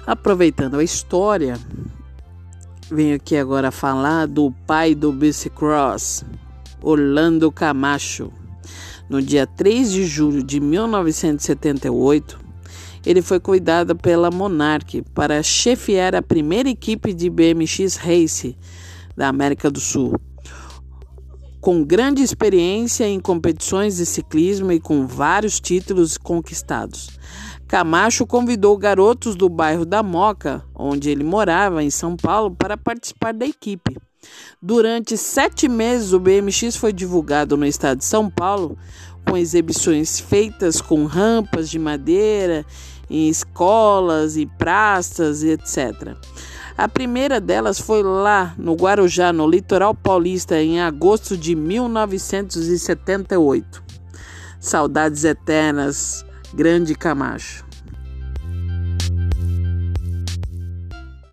Aproveitando a história, venho aqui agora falar do pai do bicicross, Orlando Camacho. No dia 3 de julho de 1978, ele foi convidado pela Monarch para chefiar a primeira equipe de BMX Race da América do Sul. Com grande experiência em competições de ciclismo e com vários títulos conquistados, Camacho convidou garotos do bairro da Moca, onde ele morava, em São Paulo, para participar da equipe. Durante 7 meses, o BMX foi divulgado no estado de São Paulo, com exibições feitas com rampas de madeira, em escolas e praças, etc. A primeira delas foi lá no Guarujá, no litoral paulista, em agosto de 1978. Saudades eternas, grande Camacho.